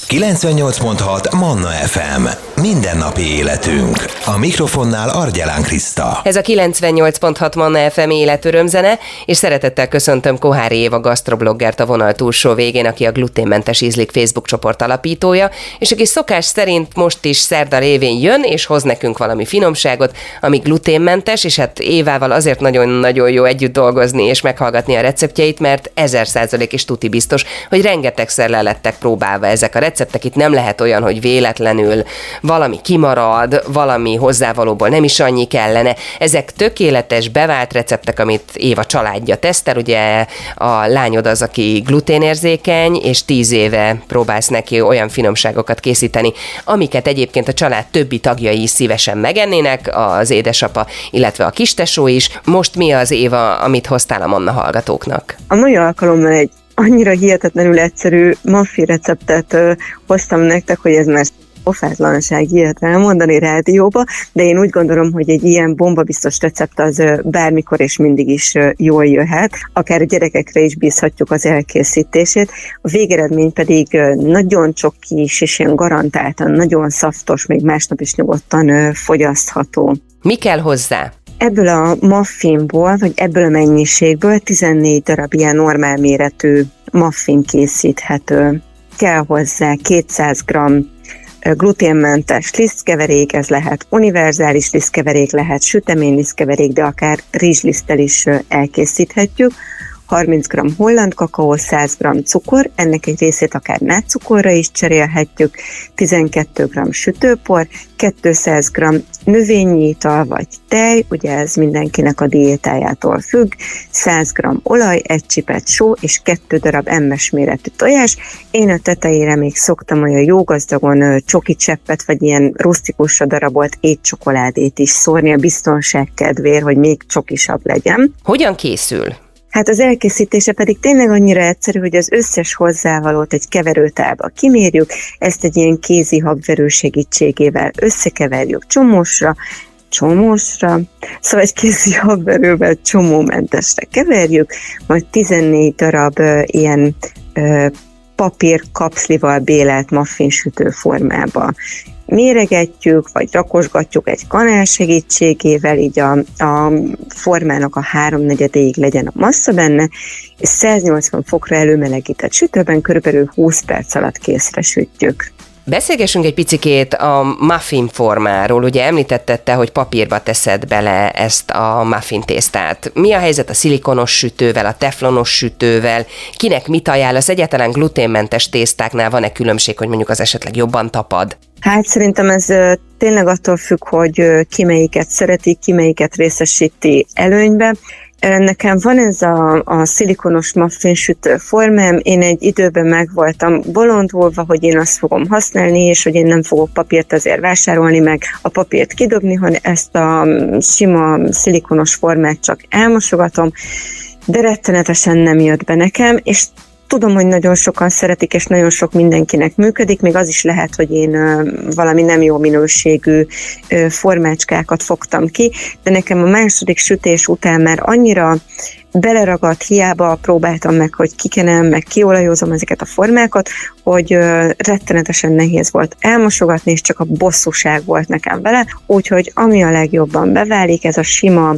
98.6 Manna FM. Mindennapi életünk. A mikrofonnál Argyelán Kriszta. Ez a 98.6 Manna FM életörömzene, és szeretettel köszöntöm Kohári Éva gasztrobloggert a vonal túlsó végén, aki a Gluténmentes Ízlik Facebook csoport alapítója, és aki szokás szerint most is szerda révén jön, és hoz nekünk valami finomságot, ami gluténmentes, és hát Évával azért nagyon-nagyon jó együtt dolgozni és meghallgatni a receptjeit, mert 1000% is tuti biztos, hogy rengetegszer le lettek próbálva ezek a receptek. Itt nem lehet olyan, hogy véletlenül valami kimarad, valami hozzávalóból nem is annyi kellene. Ezek tökéletes, bevált receptek, amit Éva családja tesztel. Ugye a lányod az, aki gluténérzékeny, és 10 éve próbálsz neki olyan finomságokat készíteni, amiket egyébként a család többi tagjai is szívesen megennének, az édesapa, illetve a kistesó is. Most mi az, Éva, amit hoztál a Manna hallgatóknak? A mai alkalommal egy annyira hihetetlenül egyszerű muffin receptet hoztam nektek, hogy ez már pofátlanság ilyet elmondani rádióba, de én úgy gondolom, hogy egy ilyen bombabiztos recept az bármikor és mindig is jól jöhet, akár a gyerekekre is bízhatjuk az elkészítését. A végeredmény pedig nagyon csokis és ilyen garantáltan, nagyon szaftos, még másnap is nyugodtan fogyasztható. Mi kell hozzá? Ebből a muffinból, vagy ebből a mennyiségből 14 darab ilyen normál méretű muffin készíthető. Kell hozzá 200 g gluténmentes lisztkeverék, ez lehet univerzális lisztkeverék, lehet süteménylisztkeverék, de akár rizsliszttel is elkészíthetjük. 30 g holland kakaó, 100 g cukor, ennek egy részét akár nátscukorra is cserélhetjük, 12 g sütőpor, 200 g növényi ital vagy tej, ugye ez mindenkinek a diétájától függ, 100 g olaj, egy csipet só és 2 darab emmes méretű tojás. Én a tetejére még szoktam olyan jó gazdagon csoki cseppet, vagy ilyen rusztikusra darabolt étcsokoládét is szórni a biztonság kedvéért, hogy még csokisabb legyen. Hogyan készül? Hát az elkészítése pedig tényleg annyira egyszerű, hogy az összes hozzávalót egy keverőtálba kimérjük, ezt egy ilyen kézi habverő segítségével összekeverjük csomósra, szóval egy kézi habverővel csomómentesre keverjük, majd 14 darab ilyen papír kapszlival bélelt muffinsütő formába méregetjük, vagy rakosgatjuk egy kanál segítségével, így a formának a 3/4-ig legyen a massza benne, és 180 fokra előmelegített sütőben körülbelül 20 perc alatt készre sütjük. Beszélgessünk egy picikét a muffin formáról. Ugye említetted te, hogy papírba teszed bele ezt a muffin tésztát. Mi a helyzet a szilikonos sütővel, a teflonos sütővel? Kinek mit ajánlasz? Egyáltalán gluténmentes tésztáknál van-e különbség, hogy mondjuk az esetleg jobban tapad? Hát szerintem ez tényleg attól függ, hogy ki melyiket szereti, ki melyiket részesíti előnybe. Nekem van ez a szilikonos muffinsütő formám, én egy időben meg voltam bolondulva, hogy én azt fogom használni, és hogy én nem fogok papírt azért vásárolni, meg a papírt kidobni, hanem ezt a sima szilikonos formát csak elmosogatom, de rettenetesen nem jött be nekem, és tudom, hogy nagyon sokan szeretik, és nagyon sok mindenkinek működik, még az is lehet, hogy én valami nem jó minőségű formácskákat fogtam ki, de nekem a második sütés után már annyira beleragadt, hiába próbáltam meg, hogy kikenem, meg kiolajozom ezeket a formákat, hogy rettenetesen nehéz volt elmosogatni, és csak a bosszúság volt nekem vele, úgyhogy ami a legjobban beválik, ez a sima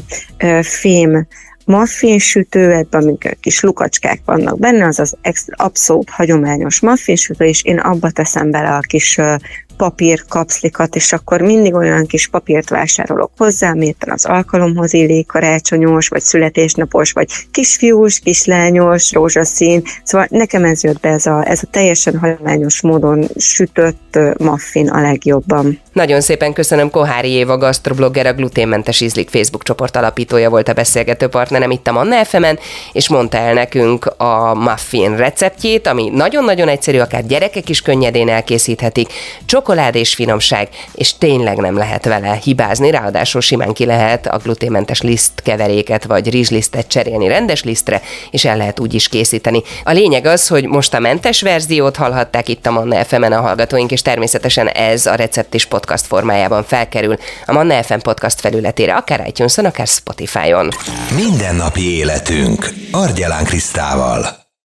fém muffinsütő, ebben kis lukacskák vannak benne, az abszolút hagyományos muffinsütő, és én abba teszem bele a kis papír kapszlikat, és akkor mindig olyan kis papírt vásárolok hozzá, ami éppen az alkalomhoz illik, karácsonyos, vagy születésnapos, vagy kisfiús, kislányos, rózsaszín. Szóval nekem ez jött be, ez a teljesen hagyományos módon sütött muffin a legjobban. Nagyon szépen köszönöm, Kohári Éva gasztroblogger, a Gluténmentes Ízlik Facebook csoport alapítója volt a beszélgető partnerem itt a Manna FM-en, és mondta el nekünk a muffin receptjét, ami nagyon-nagyon egyszerű, akár gyerekek is könnyedén elkészíthetik, csokolád és finomság, és tényleg nem lehet vele hibázni, ráadásul simán ki lehet a gluténmentes lisztkeveréket vagy rizslisztet cserélni rendes lisztre, és el lehet úgy is készíteni. A lényeg az, hogy most a mentes verziót hallhatták itt a Manna FM-en a hallgatóink, és természetesen ez a recept is podcast formájában felkerül a Manna FM podcast felületére, akár iTunes-on, akár Spotify-on. Mindennapi életünk Argyelán Krisztával.